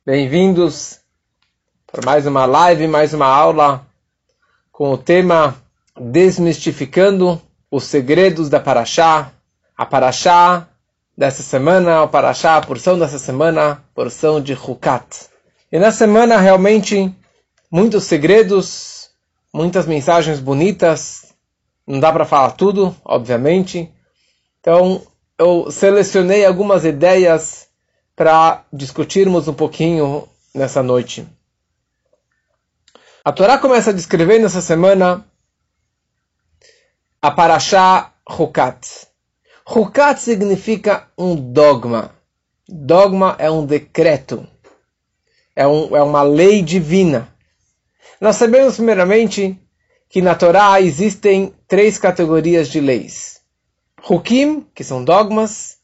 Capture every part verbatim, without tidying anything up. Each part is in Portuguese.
Bem-vindos para mais uma live, mais uma aula com o tema Desmistificando os segredos da Parashá. A Parashá dessa semana, a Parashá, a porção dessa semana, a porção de Hukat. E na semana realmente muitos segredos, muitas mensagens bonitas, não dá para falar tudo, obviamente. Então eu selecionei algumas ideias para discutirmos um pouquinho nessa noite. A Torá começa a descrever nessa semana a Parashá Hukat. Hukat significa um dogma. Dogma é um decreto. É, um, é uma lei divina. Nós sabemos primeiramente que na Torá existem três categorias de leis. Hukim, que são dogmas.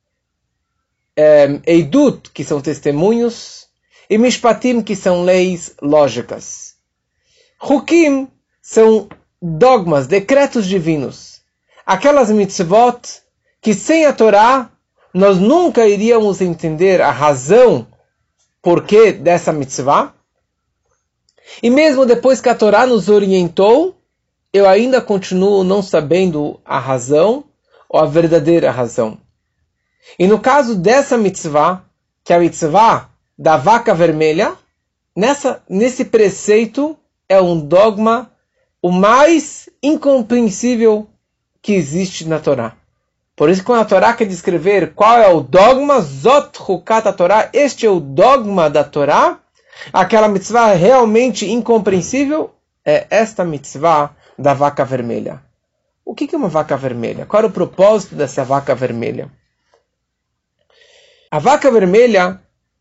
É, Eidut, que são testemunhos, e Mishpatim, que são leis lógicas. Hukim são dogmas, decretos divinos. Aquelas mitzvot que sem a Torá nós nunca iríamos entender a razão porquê dessa mitzvah. E mesmo depois que a Torá nos orientou, eu ainda continuo não sabendo a razão ou a verdadeira razão. E no caso dessa mitzvah, que é a mitzvah da vaca vermelha, nessa, nesse preceito é um dogma o mais incompreensível que existe na Torá. Por isso, quando a Torá quer descrever qual é o dogma, Zot Hukat a Torá, este é o dogma da Torá, aquela mitzvah realmente incompreensível, é esta mitzvah da vaca vermelha. O que é uma vaca vermelha? Qual é o propósito dessa vaca vermelha? A vaca vermelha,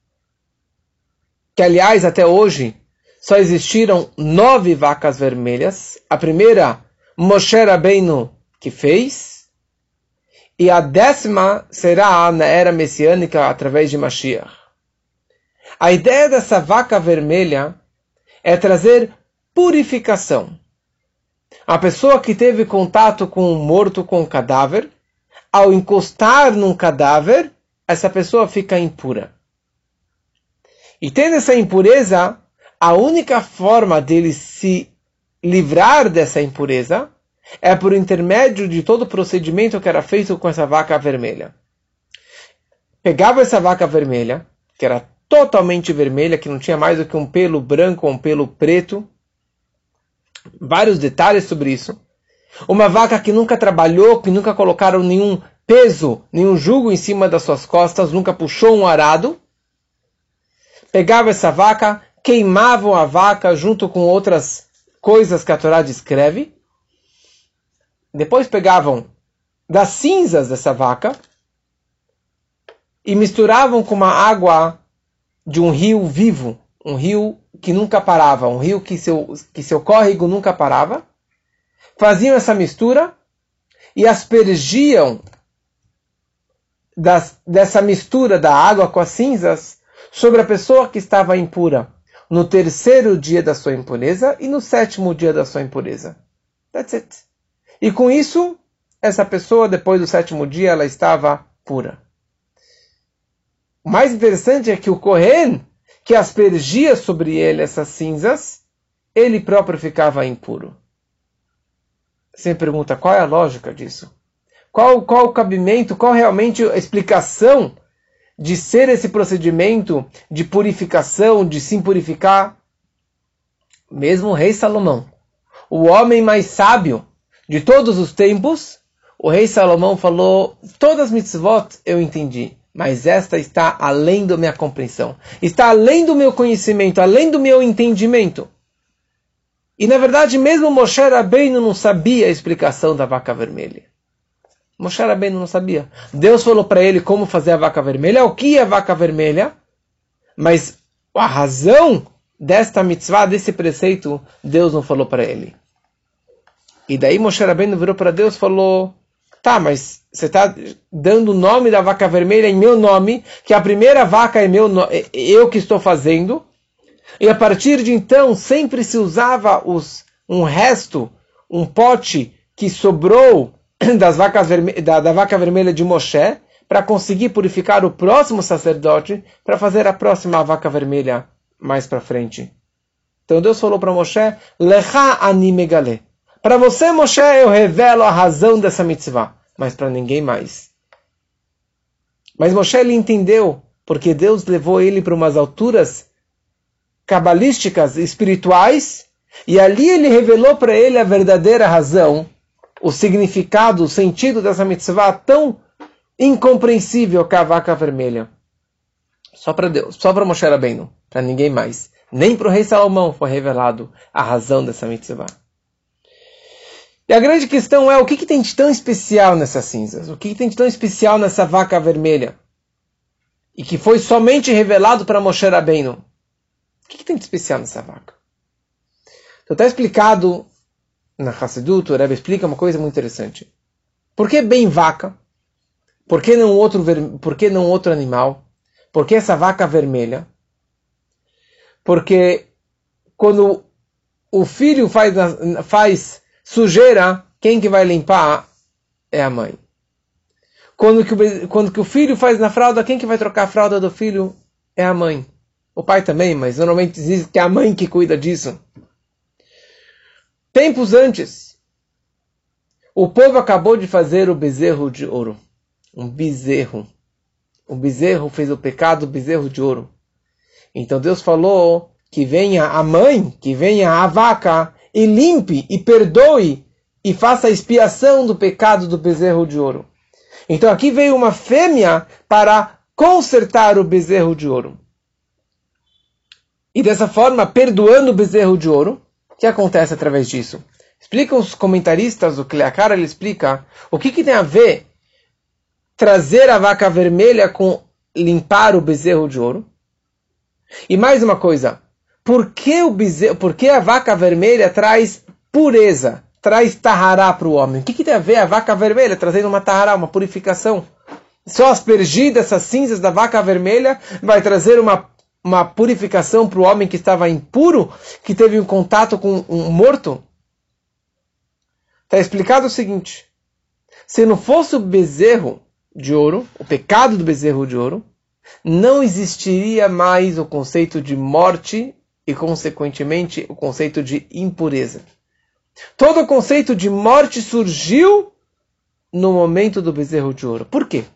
que aliás até hoje só existiram nove vacas vermelhas. A primeira, Moshe Rabbeinu que fez. E a décima será na era messiânica através de Mashiach. A ideia dessa vaca vermelha é trazer purificação. A pessoa que teve contato com um morto, com um cadáver, ao encostar num cadáver, essa pessoa fica impura. E tendo essa impureza, a única forma dele se livrar dessa impureza é por intermédio de todo o procedimento que era feito com essa vaca vermelha. Pegava essa vaca vermelha, que era totalmente vermelha, que não tinha mais do que um pelo branco ou um pelo preto. Vários detalhes sobre isso. Uma vaca que nunca trabalhou, que nunca colocaram nenhum peso, nenhum jugo em cima das suas costas, nunca puxou um arado. Pegava essa vaca, queimavam a vaca junto com outras coisas que a Torá descreve. Depois pegavam das cinzas dessa vaca e misturavam com uma água de um rio vivo, um rio que nunca parava, um rio que seu, que seu córrego nunca parava. Faziam essa mistura e aspergiam das, dessa mistura da água com as cinzas sobre a pessoa que estava impura no terceiro dia da sua impureza e no sétimo dia da sua impureza. That's it. E com isso, essa pessoa, depois do sétimo dia, ela estava pura. O mais interessante é que o Kohen, que aspergia sobre ele essas cinzas, ele próprio ficava impuro. Você me pergunta, qual é a lógica disso? Qual, qual o cabimento, qual realmente a explicação de ser esse procedimento de purificação, de se purificar? Mesmo o rei Salomão, o homem mais sábio de todos os tempos, o rei Salomão falou, todas as mitzvot eu entendi, mas esta está além da minha compreensão, está além do meu conhecimento, além do meu entendimento. E na verdade mesmo Moshe Rabbeinu não sabia a explicação da vaca vermelha. Moshe Rabbeinu não sabia. Deus falou para ele como fazer a vaca vermelha, o que é a vaca vermelha, mas a razão desta mitzvah, desse preceito, Deus não falou para ele. E daí Moshe Rabbeinu virou para Deus e falou, tá, mas você está dando o nome da vaca vermelha em meu nome, que a primeira vaca é meu, eu que estou fazendo, e a partir de então sempre se usava os, um resto, um pote que sobrou das vacas verme- da, da vaca vermelha de Moshe, para conseguir purificar o próximo sacerdote para fazer a próxima vaca vermelha mais para frente. Então Deus falou para Moshe, Lecha ani megale. Para você, Moshe, eu revelo a razão dessa mitzvah, mas para ninguém mais. Mas Moshe ele entendeu, porque Deus levou ele para umas alturas cabalísticas, espirituais, e ali ele revelou para ele a verdadeira razão, o significado, o sentido dessa mitzvah tão incompreensível que a vaca vermelha. Só para Deus, só para Moshe Rabbeinu, para ninguém mais. Nem para o rei Salomão foi revelado a razão dessa mitzvah. E a grande questão é, o que, que tem de tão especial nessas cinzas? O que, que tem de tão especial nessa vaca vermelha? E que foi somente revelado para Moshe Rabbeinu. O que, que tem de especial nessa vaca? Então está explicado na Hassidut, o Rebbe explica uma coisa muito interessante. Por que bem vaca? Por que não outro, ver... Por que não outro animal? Por que essa vaca vermelha? Porque quando o filho faz, faz sujeira, quem que vai limpar é a mãe. Quando que, o, quando que o filho faz na fralda, quem que vai trocar a fralda do filho é a mãe. O pai também, mas normalmente diz que é a mãe que cuida disso. Tempos antes, o povo acabou de fazer o bezerro de ouro. Um bezerro. O bezerro fez o pecado, o bezerro de ouro. Então Deus falou que venha a mãe, que venha a vaca, e limpe, e perdoe, e faça a expiação do pecado do bezerro de ouro. Então aqui veio uma fêmea para consertar o bezerro de ouro. E dessa forma, perdoando o bezerro de ouro, o que acontece através disso? Explicam os comentaristas, o Kleakar, ele explica o que, que tem a ver trazer a vaca vermelha com limpar o bezerro de ouro. E mais uma coisa, por que, o bezerro, por que a vaca vermelha traz pureza, traz tahará para o homem? O que, que tem a ver a vaca vermelha trazendo uma tahará, uma purificação? Só aspergir dessas cinzas da vaca vermelha vai trazer uma, uma purificação para o homem que estava impuro, que teve um contato com um morto? Está explicado o seguinte, se não fosse o bezerro de ouro, o pecado do bezerro de ouro, não existiria mais o conceito de morte e, consequentemente, o conceito de impureza. Todo o conceito de morte surgiu no momento do bezerro de ouro. Por quê?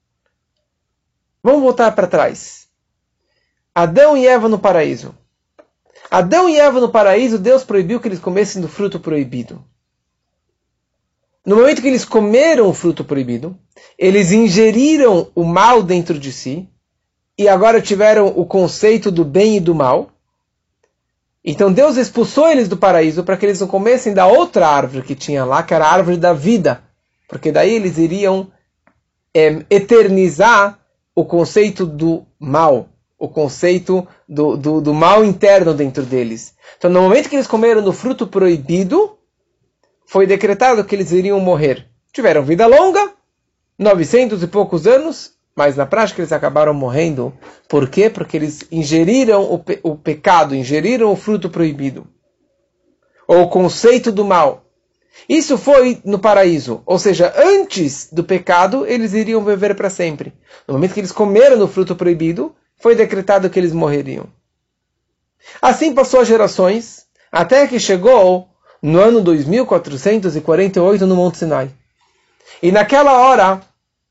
Vamos voltar para trás. Adão e Eva no paraíso. Adão e Eva no paraíso, Deus proibiu que eles comessem do fruto proibido. No momento que eles comeram o fruto proibido, eles ingeriram o mal dentro de si, e agora tiveram o conceito do bem e do mal. Então Deus expulsou eles do paraíso para que eles não comessem da outra árvore que tinha lá, que era a árvore da vida. Porque daí eles iriam é, eternizar o conceito do mal, o conceito do, do, do mal interno dentro deles. Então no momento que eles comeram do fruto proibido, foi decretado que eles iriam morrer. Tiveram vida longa, novecentos e poucos anos, mas na prática eles acabaram morrendo. Por quê? Porque eles ingeriram o, pe- o pecado, ingeriram o fruto proibido. Ou o conceito do mal. Isso foi no paraíso. Ou seja, antes do pecado, eles iriam viver para sempre. No momento que eles comeram do fruto proibido, foi decretado que eles morreriam. Assim passou as gerações, até que chegou no ano dois mil quatrocentos e quarenta e oito no Monte Sinai. E naquela hora,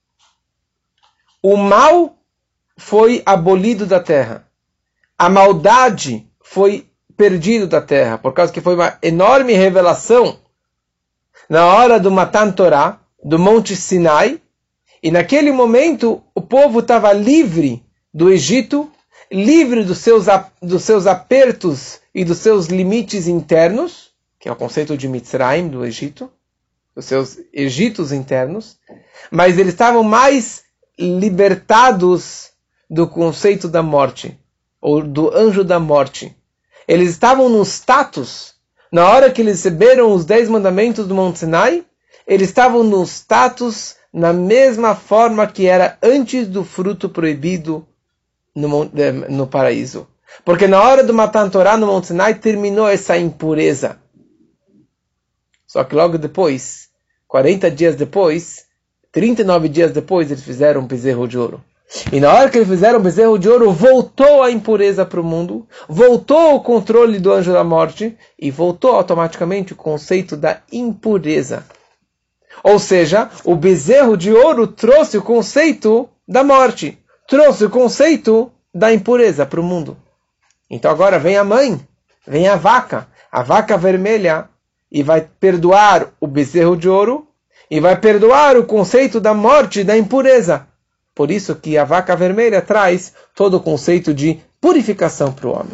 o mal foi abolido da terra. A maldade foi perdida da terra, por causa que foi uma enorme revelação na hora do Matan Torá, do Monte Sinai, e naquele momento o povo estava livre do Egito, livre dos seus, dos seus apertos e dos seus limites internos, que é o conceito de Mitzrayim, do Egito, dos seus Egitos internos, mas eles estavam mais libertados do conceito da morte, ou do anjo da morte. Eles estavam no status, na hora que eles receberam os dez mandamentos do Monte Sinai, eles estavam no status na mesma forma que era antes do fruto proibido no, no paraíso. Porque na hora do Matan Torá no Monte Sinai terminou essa impureza. Só que logo depois, quarenta dias depois, trinta e nove dias depois, eles fizeram um bezerro de ouro. E na hora que eles fizeram um bezerro de ouro, voltou a impureza para o mundo, voltou o controle do anjo da morte, e voltou automaticamente o conceito da impureza. Ou seja, o bezerro de ouro trouxe o conceito da morte, trouxe o conceito da impureza para o mundo. Então agora vem a mãe, vem a vaca, a vaca vermelha, e vai perdoar o bezerro de ouro, e vai perdoar o conceito da morte e da impureza. Por isso que a vaca vermelha traz todo o conceito de purificação para o homem.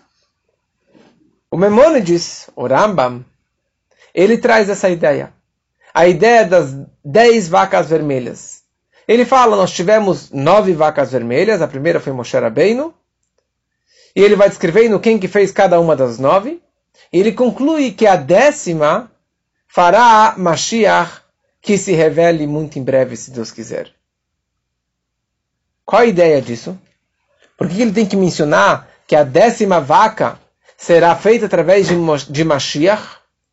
O Maimônides, o Rambam, ele traz essa ideia. A ideia das dez vacas vermelhas. Ele fala, nós tivemos nove vacas vermelhas, a primeira foi Moshe Rabbeinu, e ele vai descrevendo quem que fez cada uma das nove, e ele conclui que a décima fará Mashiach, que se revele muito em breve, se Deus quiser. Qual a ideia disso? Por que ele tem que mencionar que a décima vaca será feita através de, de Mashiach?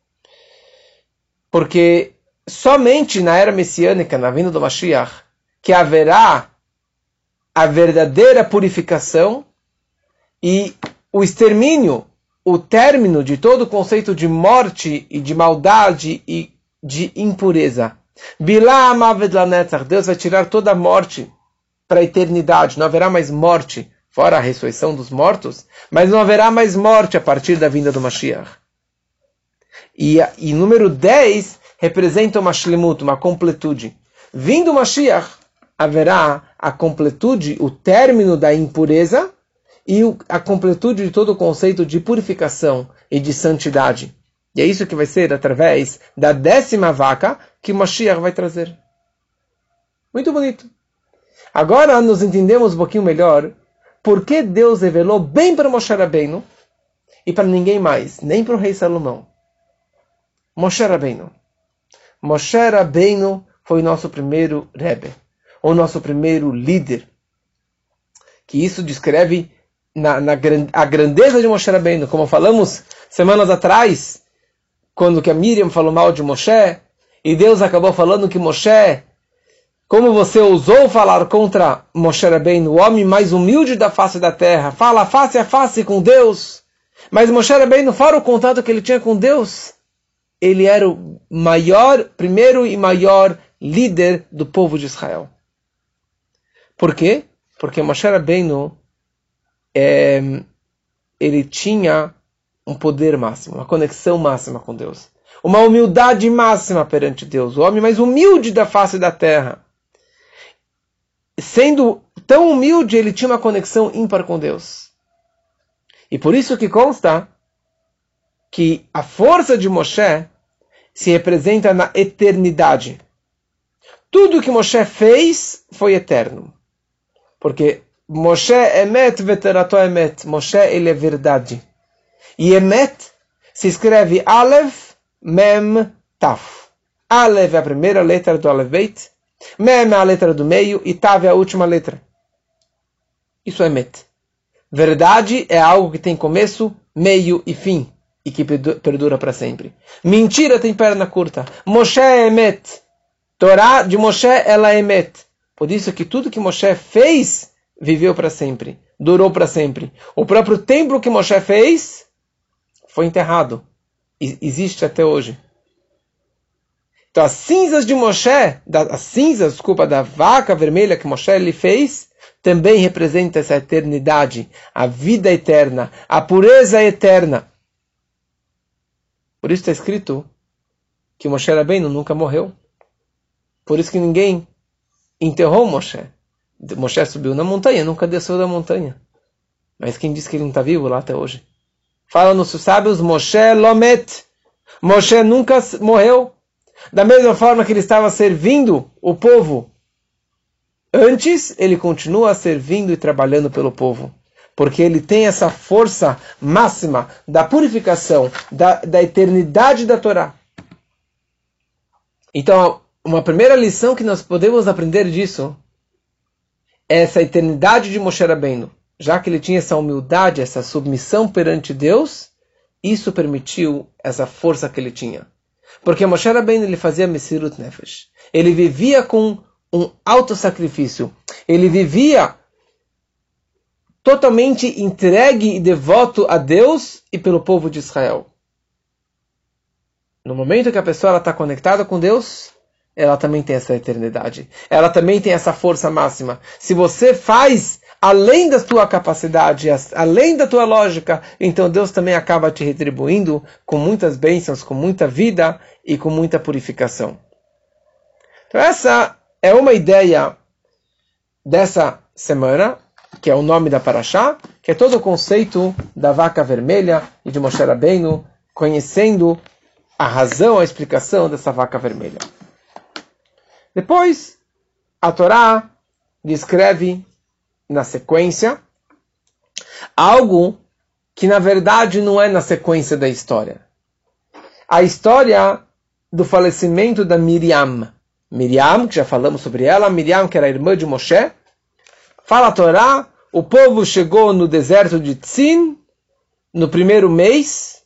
Porque somente na era messiânica, na vinda do Mashiach, que haverá a verdadeira purificação e o extermínio, o término de todo o conceito de morte e de maldade e de impureza. Bilá Amavet Lanetzach, Deus vai tirar toda a morte para a eternidade. Não haverá mais morte, fora a ressurreição dos mortos, mas não haverá mais morte a partir da vinda do Mashiach. E, e número dez representa uma shlemut, uma completude. Vindo o Mashiach, haverá a completude, o término da impureza e a completude de todo o conceito de purificação e de santidade. E é isso que vai ser através da décima vaca que o Mashiach vai trazer. Muito bonito. Agora nós entendemos um pouquinho melhor por que Deus revelou bem para Moshe Rabbeinu e para ninguém mais, nem para o rei Salomão. Moshe Rabbeinu. Moshe Rabbeinu foi o nosso primeiro Rebbe, o nosso primeiro líder. Que isso descreve na, na, a grandeza de Moshe Rabbeinu. Como falamos semanas atrás, quando que a Miriam falou mal de Moshe, e Deus acabou falando que Moshe, como você ousou falar contra Moshe Rabbeinu, o homem mais humilde da face da terra, fala face a face com Deus, mas Moshe Rabbeinu, fora o contato que ele tinha com Deus, ele era o maior, primeiro e maior líder do povo de Israel. Por quê? Porque Moshe Rabbeinu, é, ele tinha um poder máximo, uma conexão máxima com Deus, uma humildade máxima perante Deus, o homem mais humilde da face da terra. Sendo tão humilde, ele tinha uma conexão ímpar com Deus. E por isso que consta que a força de Moshe se representa na eternidade. Tudo que Moshe fez foi eterno. Porque Moshe emet veterato emet. Moshe, ele é verdade. E emet se escreve Aleph, Mem, Taf. Aleph é a primeira letra do Aleph Beit. Mem é a letra do meio e Tav é a última letra. Isso é emet. Verdade é algo que tem começo, meio e fim. E que perdura para sempre. Mentira tem perna curta. Moshe é emet. Torá de Moshe, ela é emet. Por isso que tudo que Moshe fez, viveu para sempre. Durou para sempre. O próprio templo que Moshe fez, foi enterrado. E existe até hoje. Então as cinzas de Moshe, as cinzas, desculpa, da vaca vermelha que Moshe lhe fez, também representa essa eternidade, a vida eterna, a pureza eterna. Por isso está escrito que Moshe Rabbeinu nunca morreu. Por isso que ninguém enterrou Moshe. Moshe subiu na montanha, nunca desceu da montanha. Mas quem disse que ele não está vivo lá até hoje? Fala nos sábios, Moshe Lomet. Moshe nunca morreu. Da mesma forma que ele estava servindo o povo antes, ele continua servindo e trabalhando pelo povo. Porque ele tem essa força máxima da purificação, da, da eternidade da Torá. Então, uma primeira lição que nós podemos aprender disso é essa eternidade de Moshe Rabbeinu. Já que ele tinha essa humildade, essa submissão perante Deus, isso permitiu essa força que ele tinha. Porque Moshe Rabbeinu, ele fazia Mesirut Nefesh. Ele vivia com um autossacrifício. Ele vivia totalmente entregue e devoto a Deus e pelo povo de Israel. No momento que a pessoa está conectada com Deus, ela também tem essa eternidade. Ela também tem essa força máxima. Se você faz além da tua capacidade, além da tua lógica, então Deus também acaba te retribuindo com muitas bênçãos, com muita vida e com muita purificação. Então essa é uma ideia dessa semana, que é o nome da Parashá, que é todo o conceito da vaca vermelha e de Moshe Rabbeinu, conhecendo a razão, a explicação dessa vaca vermelha. Depois, a Torá descreve na sequência algo que na verdade não é na sequência da história. A história do falecimento da Miriam. Miriam, que já falamos sobre ela, Miriam, que era a irmã de Moshe. Fala a Torá, o povo chegou no deserto de Tzin no primeiro mês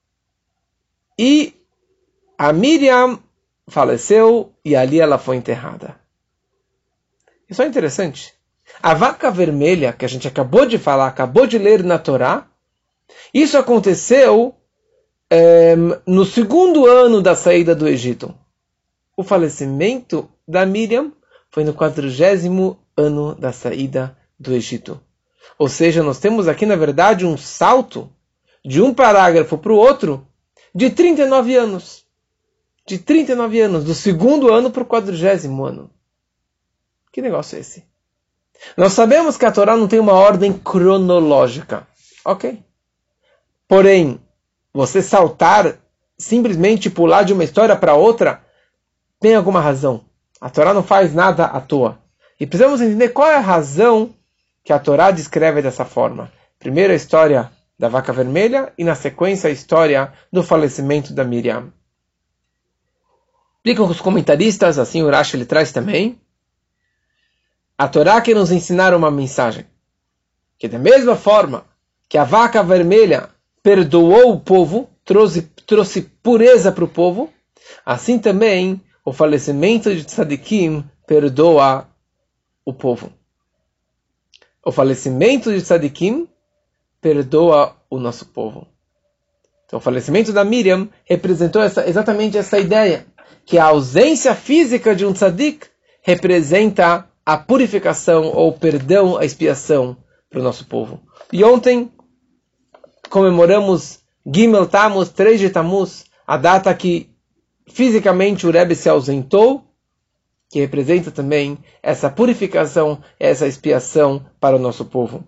e a Miriam faleceu e ali ela foi enterrada. Isso é interessante. A vaca vermelha, que a gente acabou de falar, acabou de ler na Torá, isso aconteceu é, no segundo ano da saída do Egito. O falecimento da Miriam foi no quadragésimo ano da saída do Egito. Ou seja, nós temos aqui, na verdade, um salto de um parágrafo para o outro de trinta e nove anos. De trinta e nove anos, do segundo ano para o quadragésimo ano. Que negócio é esse? Nós sabemos que a Torá não tem uma ordem cronológica. Ok. Porém, você saltar, simplesmente pular de uma história para outra, tem alguma razão. A Torá não faz nada à toa. E precisamos entender qual é a razão que a Torá descreve dessa forma. Primeiro a história da vaca vermelha e na sequência a história do falecimento da Miriam. Explicam os comentaristas, assim o Rashi ele traz também. A Torá quer nos ensinar uma mensagem. Que da mesma forma que a vaca vermelha perdoou o povo, trouxe, trouxe pureza para o povo, assim também o falecimento de Tzadikim perdoa o povo. O falecimento de Tzadikim perdoa o nosso povo. Então o falecimento da Miriam representou essa, exatamente essa ideia, que a ausência física de um Tzadik representa a purificação ou perdão, a expiação para o nosso povo. E ontem comemoramos Gimel Tammuz, três de Tammuz, a data que fisicamente o Rebbe se ausentou, que representa também essa purificação, essa expiação para o nosso povo.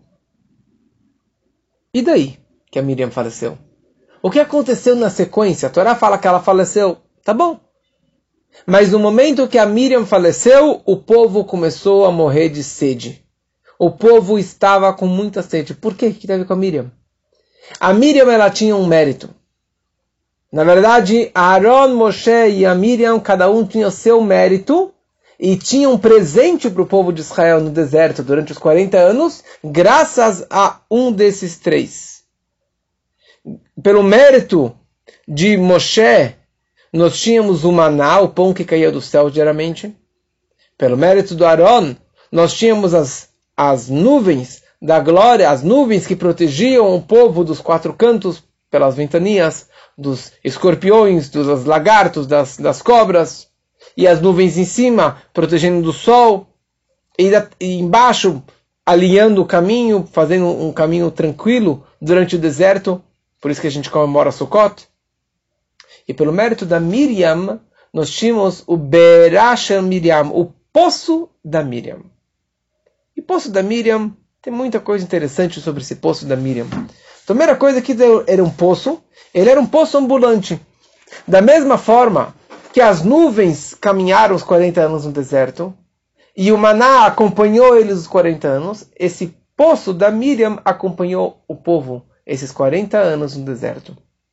E daí que a Miriam faleceu? O que aconteceu na sequência? A Torá fala que ela faleceu. Tá bom. Mas no momento que a Miriam faleceu, o povo começou a morrer de sede. O povo estava com muita sede. Por quê? O que teve com a Miriam? A Miriam ela tinha um mérito. Na verdade, Aaron, Moshe e a Miriam, cada um tinha o seu mérito e tinha um presente para o povo de Israel no deserto durante os quarenta anos, graças a um desses três. Pelo mérito de Moshe, nós tínhamos o maná, o pão que caía do céu diariamente. Pelo mérito do Aaron, nós tínhamos as, as nuvens da glória, as nuvens que protegiam o povo dos quatro cantos, pelas ventanias, dos escorpiões, dos lagartos, das, das cobras, e as nuvens em cima, protegendo do sol, e, da, e embaixo, alinhando o caminho, fazendo um caminho tranquilo durante o deserto, por isso que a gente comemora Sukkot. E pelo mérito da Miriam, nós tínhamos o Berasha Miriam, o poço da Miriam. E o poço da Miriam, tem muita coisa interessante sobre esse poço da Miriam. A primeira coisa que era um poço, ele era um poço ambulante. Da mesma forma que as nuvens caminharam os quarenta anos no deserto, e o maná acompanhou eles os quarenta anos, esse poço da Miriam acompanhou o povo esses quarenta anos no deserto.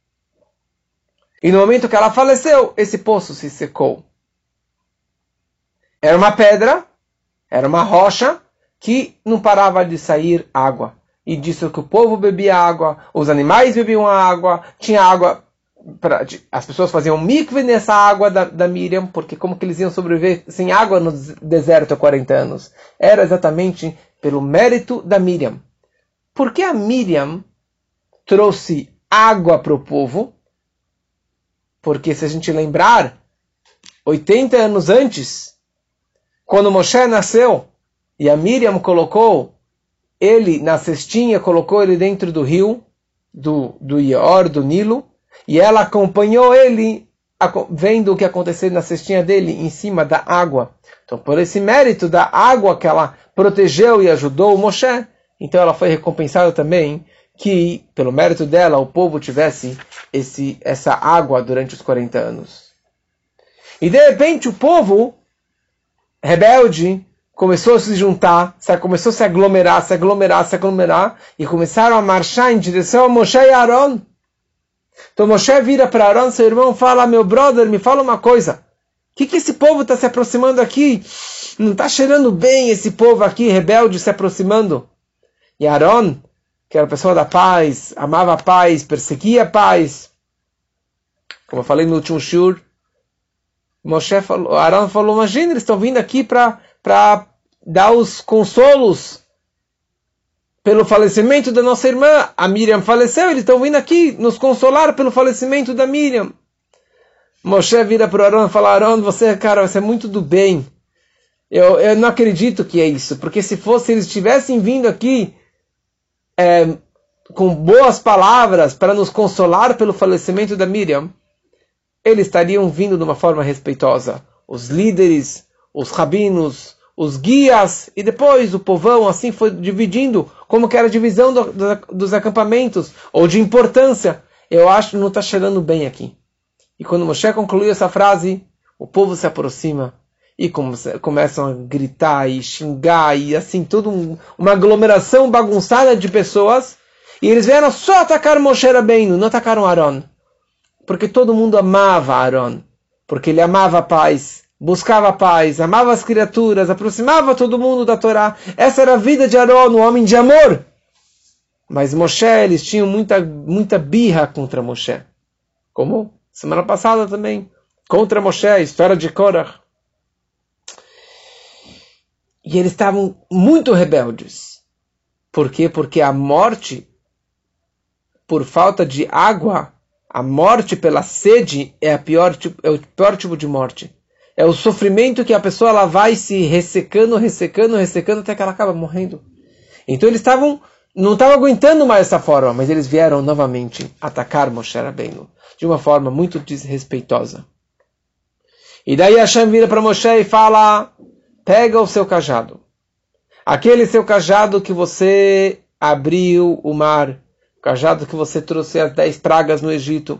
E no momento que ela faleceu, esse poço se secou. Era uma pedra, era uma rocha, que não parava de sair água. E disso que o povo bebia água, os animais bebiam a água, tinha água pra, as pessoas faziam mikve nessa água da, da Miriam, porque como que eles iam sobreviver sem água no deserto há quarenta anos? Era exatamente pelo mérito da Miriam. Por que a Miriam trouxe água para o povo? Porque se a gente lembrar, oitenta anos antes, quando Moshe nasceu, e a Miriam colocou ele na cestinha, colocou ele dentro do rio, do, do Ior, do Nilo, e ela acompanhou ele, vendo o que aconteceu na cestinha dele, em cima da água. Então, por esse mérito da água que ela protegeu e ajudou o Moshe, então ela foi recompensada também, que, pelo mérito dela, o povo tivesse esse, essa água durante os quarenta anos. E, de repente, o povo rebelde começou a se juntar, começou a se aglomerar, se aglomerar, se aglomerar, e começaram a marchar em direção a Moshe e Aaron. Então Moshe vira para Aaron, seu irmão, fala, meu brother, me fala uma coisa. O que, que esse povo está se aproximando aqui? Não está cheirando bem esse povo aqui, rebelde, se aproximando. E Aaron, que era a pessoa da paz, amava a paz, perseguia a paz. Como eu falei no último shur, Moshe falou, Aaron falou, imagina, eles estão vindo aqui para para dar os consolos pelo falecimento da nossa irmã. A Miriam faleceu, eles estão vindo aqui nos consolar pelo falecimento da Miriam. Moshe vira para o Aaron e fala, Aaron, você, cara, você é muito do bem. Eu, eu não acredito que é isso, porque se fosse, eles tivessem vindo aqui é, com boas palavras para nos consolar pelo falecimento da Miriam, eles estariam vindo de uma forma respeitosa. Os líderes, os rabinos, os guias, e depois o povão, assim foi dividindo, como que era a divisão do, do, dos acampamentos, ou de importância. Eu acho que não está cheirando bem aqui. E quando Moshe concluiu essa frase, o povo se aproxima, e come, começam a gritar, e xingar, e assim, toda um, uma aglomeração bagunçada de pessoas, e eles vieram só atacar Moshe Rabbeinu, não atacaram Aaron. Porque todo mundo amava Aaron, porque ele amava a paz, buscava a paz, amava as criaturas, aproximava todo mundo da Torá. Essa era a vida de Aaron, um homem de amor. Mas Moshe, eles tinham muita, muita birra contra Moshe. Como semana passada também, contra Moshe, a história de Korach. E eles estavam muito rebeldes. Por quê? Porque a morte, por falta de água, a morte pela sede é, a pior, é o pior tipo de morte. É o sofrimento que a pessoa ela vai se ressecando, ressecando, ressecando, até que ela acaba morrendo. Então eles estavam, não estavam aguentando mais essa forma, mas eles vieram novamente atacar Moshe Rabbeinu, de uma forma muito desrespeitosa. E daí Hashem vira para Moshe e fala, pega o seu cajado. Aquele seu cajado que você abriu o mar, o cajado que você trouxe as dez pragas no Egito.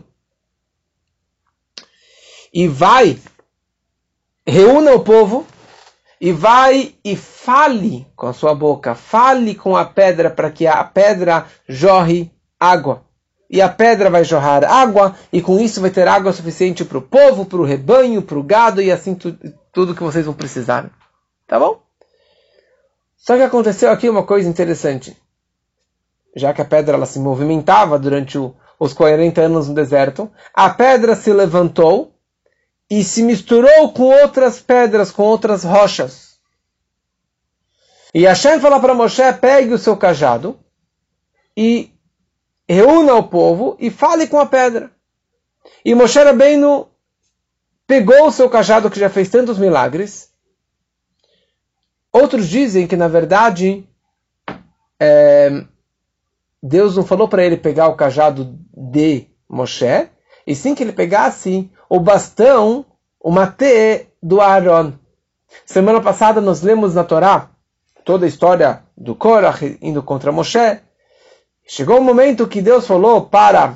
E vai, reúna o povo, e vai e fale com a sua boca, fale com a pedra para que a pedra jorre água. E a pedra vai jorrar água, e com isso vai ter água suficiente para o povo, para o rebanho, para o gado, e assim tu, tudo que vocês vão precisar. Tá bom? Só que aconteceu aqui uma coisa interessante. Já que a pedra ela se movimentava durante o, os quarenta anos no deserto, a pedra se levantou e se misturou com outras pedras, com outras rochas. E Hashem falou para Moshe, pegue o seu cajado e reúna o povo e fale com a pedra. E Moshe Rabbeinu pegou o seu cajado que já fez tantos milagres. Outros dizem que, na verdade, é, Deus não falou para ele pegar o cajado de Moshe, e sim que ele pegasse o bastão, o matê do Aaron. Semana passada nós lemos na Torá toda a história do Korach indo contra Moshe. Chegou o momento que Deus falou para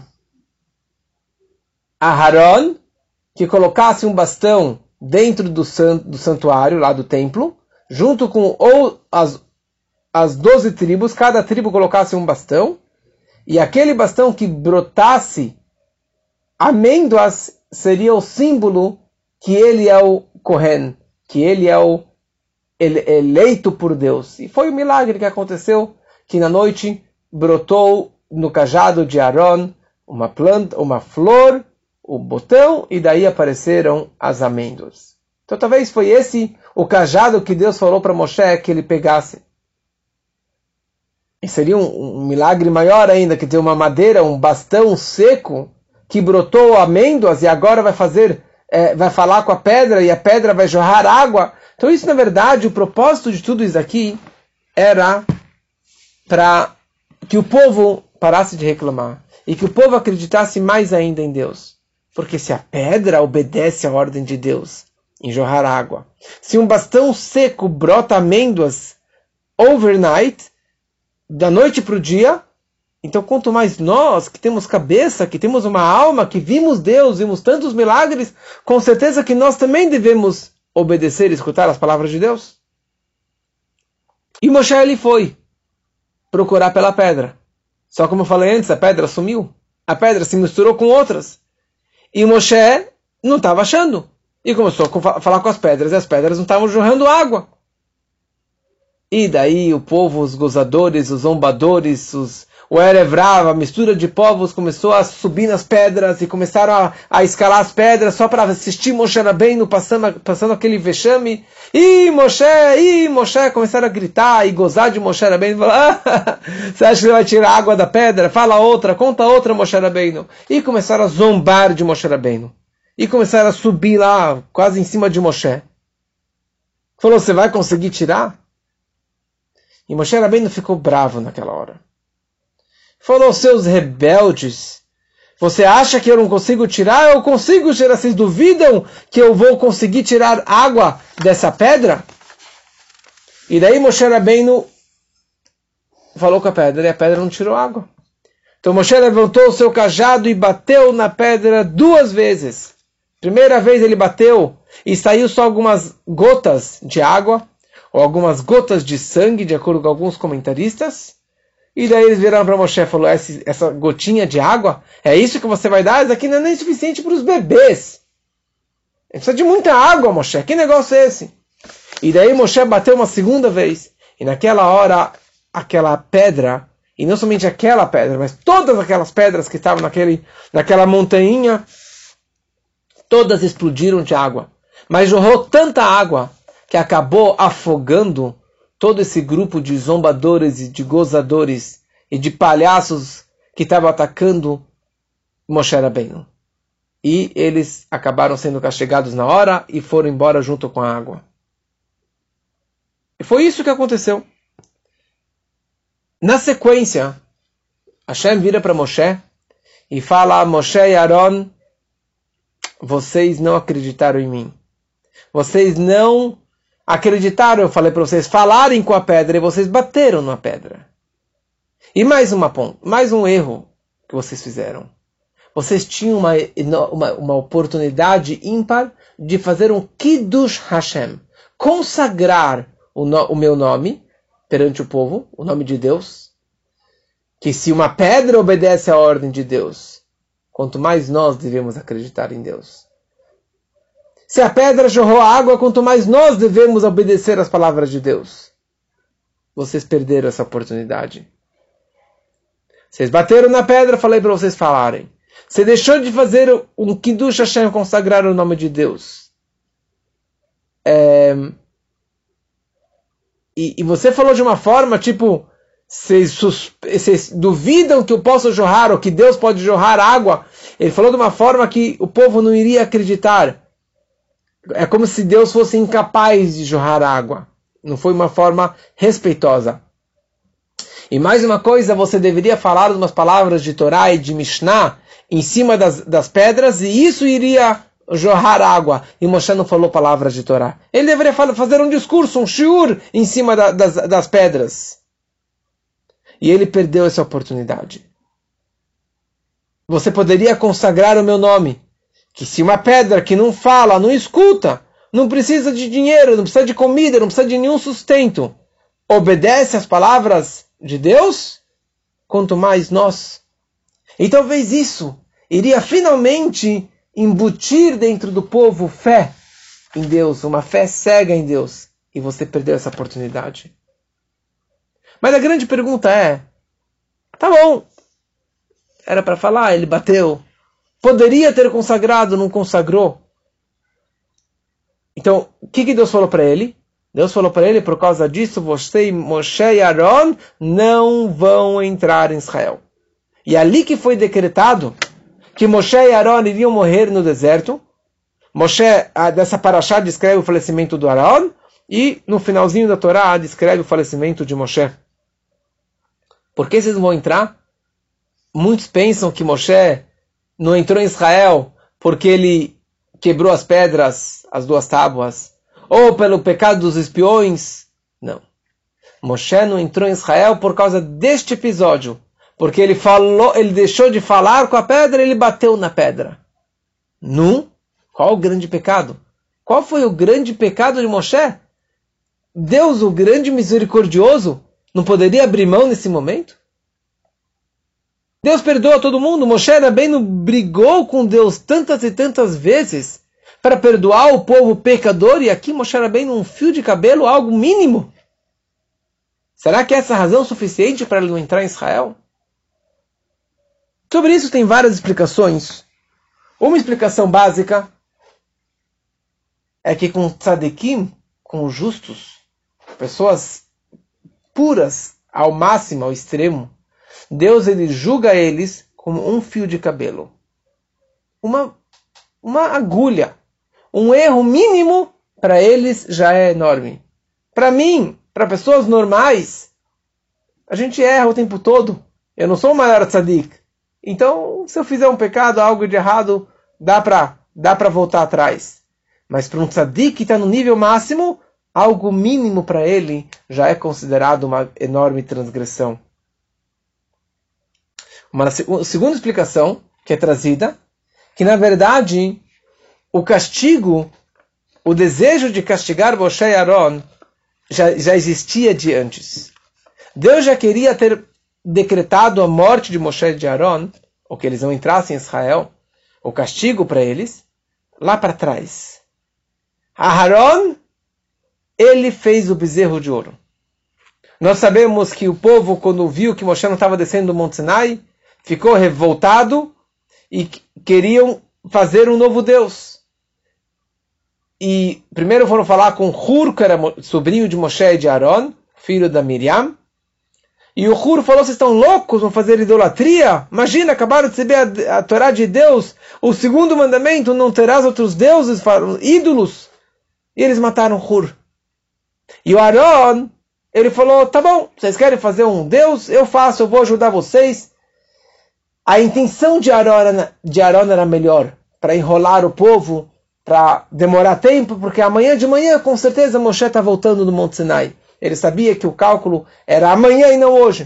Aaron que colocasse um bastão dentro do, san, do santuário, lá do templo, junto com ou as, as doze tribos, cada tribo colocasse um bastão, e aquele bastão que brotasse amêndoas seria o símbolo que ele é o Kohen, que ele é o ele, eleito por Deus. E foi um milagre que aconteceu, que na noite brotou no cajado de Aaron uma planta, uma flor o botão e daí apareceram as amêndoas. Então talvez foi esse o cajado que Deus falou para Moshe que ele pegasse. E seria um, um milagre maior ainda, que tem uma madeira, um bastão seco, que brotou amêndoas e agora vai fazer, é, vai falar com a pedra e a pedra vai jorrar água. Então isso, na verdade, o propósito de tudo isso aqui era para que o povo parasse de reclamar e que o povo acreditasse mais ainda em Deus. Porque se a pedra obedece à ordem de Deus em jorrar água, se um bastão seco brota amêndoas overnight, da noite para o dia, então quanto mais nós, que temos cabeça, que temos uma alma, que vimos Deus, vimos tantos milagres, com certeza que nós também devemos obedecer e escutar as palavras de Deus. E Moshe ele foi procurar pela pedra. Só como eu falei antes, a pedra sumiu. A pedra se misturou com outras. E Moshe não estava achando. E começou a falar com as pedras, e as pedras não estavam jorrando água. E daí o povo, os gozadores, os zombadores, os, o Erev Rav, a mistura de povos começou a subir nas pedras e começaram a, a escalar as pedras só para assistir Moshe Rabbeinu passando, passando aquele vexame. E Moshe, e Moshe, começaram a gritar e gozar de Moshe Rabbeinu. Ah, você acha que ele vai tirar água da pedra? Fala outra, conta outra Moshe Rabbeinu. E começaram a zombar de Moshe Rabbeinu. E começaram a subir lá, quase em cima de Moshe. Falou, você vai conseguir tirar? E Moshe Rabbeinu ficou bravo naquela hora. Falou, seus rebeldes, você acha que eu não consigo tirar? Eu consigo tirar. Vocês duvidam que eu vou conseguir tirar água dessa pedra? E daí Moshe Rabbeinu falou com a pedra, e a pedra não tirou água. Então Moshe levantou o seu cajado e bateu na pedra duas vezes. Primeira vez ele bateu e saiu só algumas gotas de água, ou algumas gotas de sangue, de acordo com alguns comentaristas. E daí eles viraram para Moshe e falaram, essa gotinha de água, é isso que você vai dar? Isso aqui não é nem suficiente para os bebês. Precisa de muita água, Moshe. Que negócio é esse? E daí Moshe bateu uma segunda vez. E naquela hora, aquela pedra, e não somente aquela pedra, mas todas aquelas pedras que estavam naquele, naquela montanha, todas explodiram de água. Mas jorrou tanta água que acabou afogando todo esse grupo de zombadores e de gozadores e de palhaços que estavam atacando Moshe Rabbeinu. E eles acabaram sendo castigados na hora e foram embora junto com a água. E foi isso que aconteceu. Na sequência, Hashem vira para Moshe e fala, Moshe e Aaron, vocês não acreditaram em mim. Vocês não acreditaram, eu falei para vocês, falarem com a pedra e vocês bateram na pedra. E mais, uma, mais um erro que vocês fizeram. Vocês tinham uma, uma, uma oportunidade ímpar de fazer um Kiddush Hashem. Consagrar o, no, o meu nome perante o povo, o nome de Deus. Que se uma pedra obedece à ordem de Deus, quanto mais nós devemos acreditar em Deus. Se a pedra jorrou água, quanto mais nós devemos obedecer às palavras de Deus. Vocês perderam essa oportunidade. Vocês bateram na pedra, falei para vocês falarem. Você deixou de fazer um Kiddush Hashem, consagrar o nome de Deus. É... E, e você falou de uma forma, tipo, vocês, sus... vocês duvidam que eu posso jorrar, ou que Deus pode jorrar água. Ele falou de uma forma que o povo não iria acreditar. É como se Deus fosse incapaz de jorrar água. Não foi uma forma respeitosa. E mais uma coisa, você deveria falar umas palavras de Torá e de Mishnah em cima das, das pedras, e isso iria jorrar água. E Moshe não falou palavras de Torá. Ele deveria fazer um discurso, um shiur, em cima da, das, das pedras. E ele perdeu essa oportunidade. Você poderia consagrar o meu nome. Que se uma pedra que não fala, não escuta, não precisa de dinheiro, não precisa de comida, não precisa de nenhum sustento, obedece às palavras de Deus, quanto mais nós. E talvez isso iria finalmente embutir dentro do povo fé em Deus, uma fé cega em Deus. E você perdeu essa oportunidade. Mas a grande pergunta é, tá bom, era para falar, ele bateu. Poderia ter consagrado, não consagrou. Então, o que, que Deus falou para ele? Deus falou para ele, por causa disso, você, Moshe e Aaron não vão entrar em Israel. E ali que foi decretado que Moshe e Aaron iriam morrer no deserto. Moshe, dessa parashá, descreve o falecimento do Aaron, e no finalzinho da Torá descreve o falecimento de Moshe. Por que vocês não vão entrar? Muitos pensam que Moshe não entrou em Israel porque ele quebrou as pedras, as duas tábuas, ou pelo pecado dos espiões. Não. Moshe não entrou em Israel por causa deste episódio, porque ele falou, ele deixou de falar com a pedra e ele bateu na pedra. Não? Qual o grande pecado? Qual foi o grande pecado de Moshe? Deus, o grande misericordioso, não poderia abrir mão nesse momento? Deus perdoa todo mundo. Moshe Rabbeinu brigou com Deus tantas e tantas vezes para perdoar o povo pecador, e aqui Moshe Rabbeinu um fio de cabelo, algo mínimo. Será que essa é a razão suficiente para ele não entrar em Israel? Sobre isso tem várias explicações. Uma explicação básica é que com tzadikim, com justos, pessoas puras ao máximo, ao extremo, Deus ele julga eles como um fio de cabelo. Uma, uma agulha. Um erro mínimo para eles já é enorme. Para mim, para pessoas normais, a gente erra o tempo todo. Eu não sou o maior tzadik. Então, se eu fizer um pecado, algo de errado, dá para dá para voltar atrás. Mas para um tzadik que está no nível máximo, algo mínimo para ele já é considerado uma enorme transgressão. Uma segunda explicação que é trazida, que na verdade o castigo, o desejo de castigar Moshe e Aaron já, já existia de antes. Deus já queria ter decretado a morte de Moshe e de Aaron, ou que eles não entrassem em Israel, o castigo para eles, lá para trás. Aaron, ele fez o bezerro de ouro. Nós sabemos que o povo, quando viu que Moshe não estava descendo do Monte Sinai, ficou revoltado e queriam fazer um novo Deus. E primeiro foram falar com Hur, que era sobrinho de Moshe e de Aaron, filho da Miriam. E o Hur falou, vocês estão loucos, vão fazer idolatria? Imagina, acabaram de receber a, a Torá de Deus, o segundo mandamento, não terás outros deuses, ídolos. E eles mataram Hur. E o Aaron, ele falou, tá bom, vocês querem fazer um Deus? Eu faço, eu vou ajudar vocês. A intenção de Aaron, de Aaron era melhor, para enrolar o povo, para demorar tempo, porque amanhã de manhã, com certeza, Moshe está voltando do Monte Sinai. Ele sabia que o cálculo era amanhã e não hoje.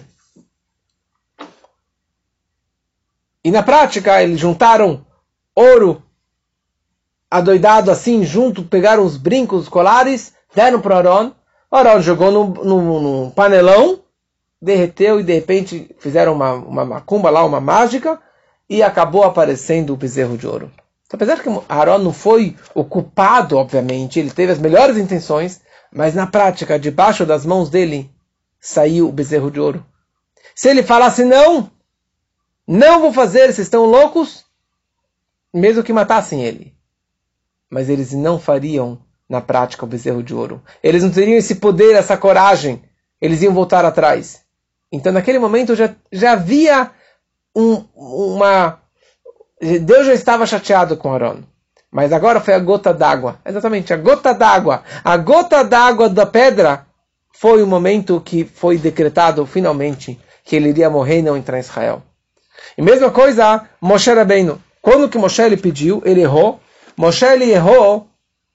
E na prática, eles juntaram ouro adoidado assim, junto, pegaram os brincos, os colares, deram para Aaron. Aaron jogou no, no, no panelão, derreteu e de repente fizeram uma, uma macumba lá, uma mágica, e acabou aparecendo o bezerro de ouro. Apesar que Aaron não foi o culpado, obviamente, ele teve as melhores intenções, mas na prática, debaixo das mãos dele, saiu o bezerro de ouro. Se ele falasse não, não vou fazer, vocês estão loucos, mesmo que matassem ele. Mas eles não fariam, na prática, o bezerro de ouro. Eles não teriam esse poder, essa coragem. Eles iam voltar atrás. Então, naquele momento, já, já havia um, uma... Deus já estava chateado com Aaron. Mas agora foi a gota d'água. Exatamente, a gota d'água. A gota d'água da pedra foi o momento que foi decretado, finalmente, que ele iria morrer e não entrar em Israel. E mesma coisa, Moshe Rabbeinu. Quando que Moshe ele pediu, ele errou. Moshe ele errou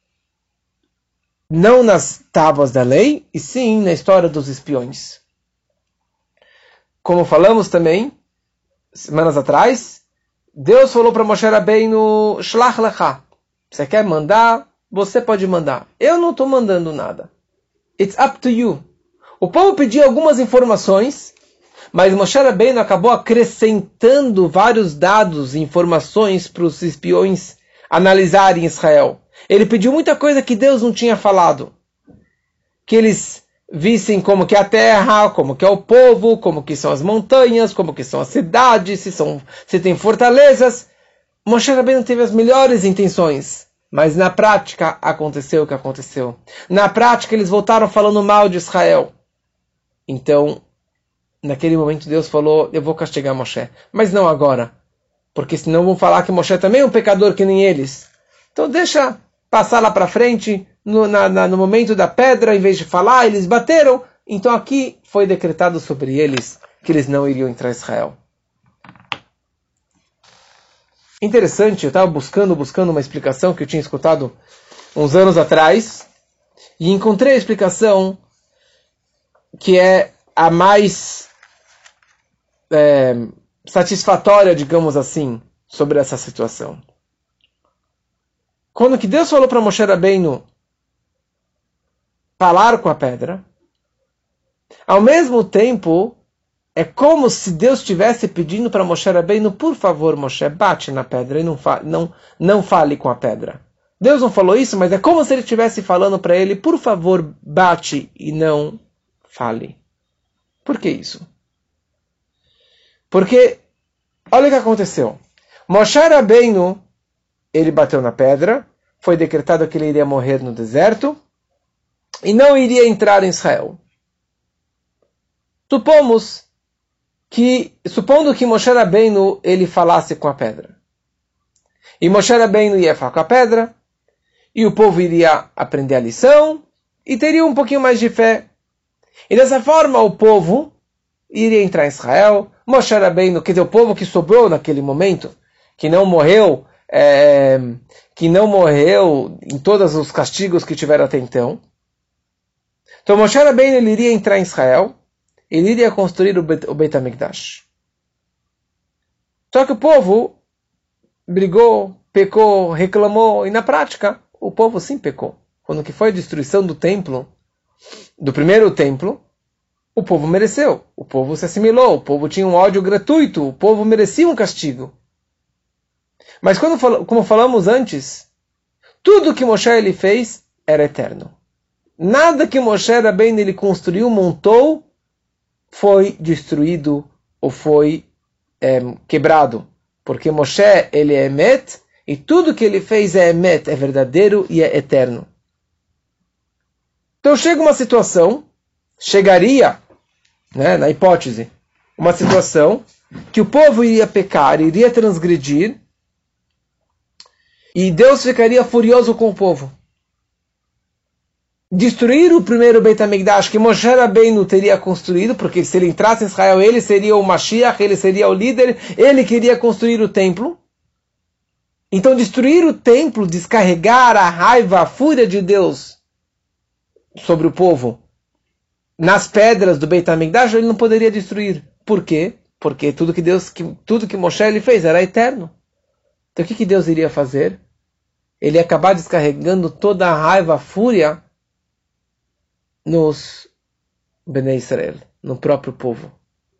não nas tábuas da lei, e sim na história dos espiões. Como falamos também, semanas atrás, Deus falou para Moshe Rabbeinu, Shlach lecha. Você quer mandar? Você pode mandar. Eu não estou mandando nada. It's up to you. O povo pediu algumas informações, mas Moshe Rabbeinu acabou acrescentando vários dados e informações para os espiões analisarem Israel. Ele pediu muita coisa que Deus não tinha falado. Que eles vissem como que é a terra, como que é o povo, como que são as montanhas, como que são as cidades, se, são, se tem fortalezas. Moshe Rabbeinu teve as melhores intenções, mas na prática aconteceu o que aconteceu. Na prática eles voltaram falando mal de Israel. Então, naquele momento Deus falou, eu vou castigar Moshe, mas não agora, porque senão vão falar que Moshe também é um pecador que nem eles. Então deixa passar lá para frente, no, na, na, no momento da pedra, em vez de falar, eles bateram. Então aqui foi decretado sobre eles que eles não iriam entrar em Israel. Interessante, eu estava buscando, buscando uma explicação que eu tinha escutado uns anos atrás, e encontrei a explicação que é a mais é, satisfatória, digamos assim, sobre essa situação. Quando que Deus falou para Moshe Rabbeinu falar com a pedra, ao mesmo tempo, é como se Deus estivesse pedindo para Moshe Rabbeinu, por favor, Moshe, bate na pedra e não, fa- não, não fale com a pedra. Deus não falou isso, mas é como se ele estivesse falando para ele, por favor, bate e não fale. Por que isso? Porque, olha o que aconteceu. Moshe Rabbeinu, ele bateu na pedra, foi decretado que ele iria morrer no deserto e não iria entrar em Israel. Supomos que, supondo que Moshe Rabbeinu ele falasse com a pedra. E Moshe Rabbeinu ia falar com a pedra, e o povo iria aprender a lição, e teria um pouquinho mais de fé. E dessa forma o povo iria entrar em Israel. Moshe Rabbeinu, quer dizer, o povo que sobrou naquele momento, que não morreu, é, que não morreu em todos os castigos que tiveram até então. Então Moshe Rabbeinu ele iria entrar em Israel, ele iria construir o Beit, o Beit HaMikdash. Só que o povo brigou, pecou, reclamou, e na prática, o povo sim pecou. Quando que foi a destruição do templo, do primeiro templo, o povo mereceu. O povo se assimilou, o povo tinha um ódio gratuito, o povo merecia um castigo. Mas quando, como falamos antes, tudo que Moshe ele fez era eterno. Nada que Moshe Rabbeinu ele construiu, montou, foi destruído ou foi é, quebrado. Porque Moshe, ele é Emet, e tudo que ele fez é Emet, é verdadeiro e é eterno. Então chega uma situação, chegaria, né, na hipótese, uma situação que o povo iria pecar, iria transgredir, e Deus ficaria furioso com o povo. Destruir o primeiro Beit HaMikdash que Moshe Rabbeinu teria construído, porque se ele entrasse em Israel, ele seria o Mashiach, ele seria o líder, ele queria construir o templo. Então destruir o templo, descarregar a raiva, a fúria de Deus sobre o povo nas pedras do Beit HaMikdash, ele não poderia destruir. Por quê? Porque tudo que Deus, que, tudo que Moshe ele fez era eterno. Então o que, que Deus iria fazer? Ele ia acabar descarregando toda a raiva, a fúria nos Bnei Israel, no próprio povo.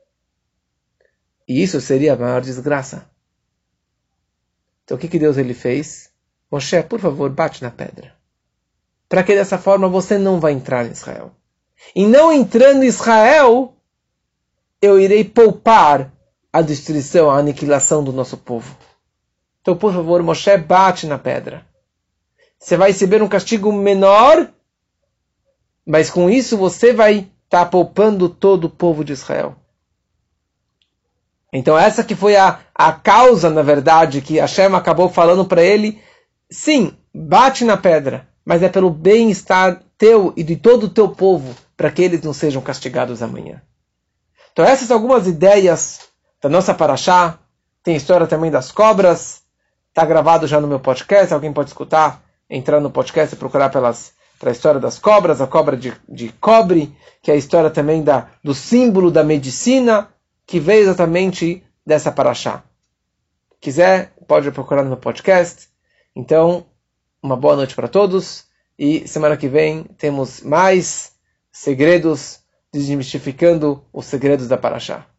E isso seria a maior desgraça. Então o que, que Deus ele fez? Moshe, por favor, bate na pedra. Para que dessa forma você não vai entrar em Israel. E não entrando em Israel, eu irei poupar a destruição, a aniquilação do nosso povo. Então, por favor, Moshe, bate na pedra. Você vai receber um castigo menor, mas com isso você vai estar poupando todo o povo de Israel. Então essa que foi a, a causa, na verdade, que Hashem acabou falando para ele, sim, bate na pedra, mas é pelo bem-estar teu e de todo o teu povo, para que eles não sejam castigados amanhã. Então essas são algumas ideias da nossa paraxá. Tem história também das cobras, está gravado já no meu podcast, alguém pode escutar, entrar no podcast e procurar pelas... para a história das cobras, a cobra de, de cobre, que é a história também da, do símbolo da medicina, que veio exatamente dessa paraxá. Quiser, pode procurar no meu podcast. Então, uma boa noite para todos, e semana que vem temos mais segredos, desmistificando os segredos da paraxá.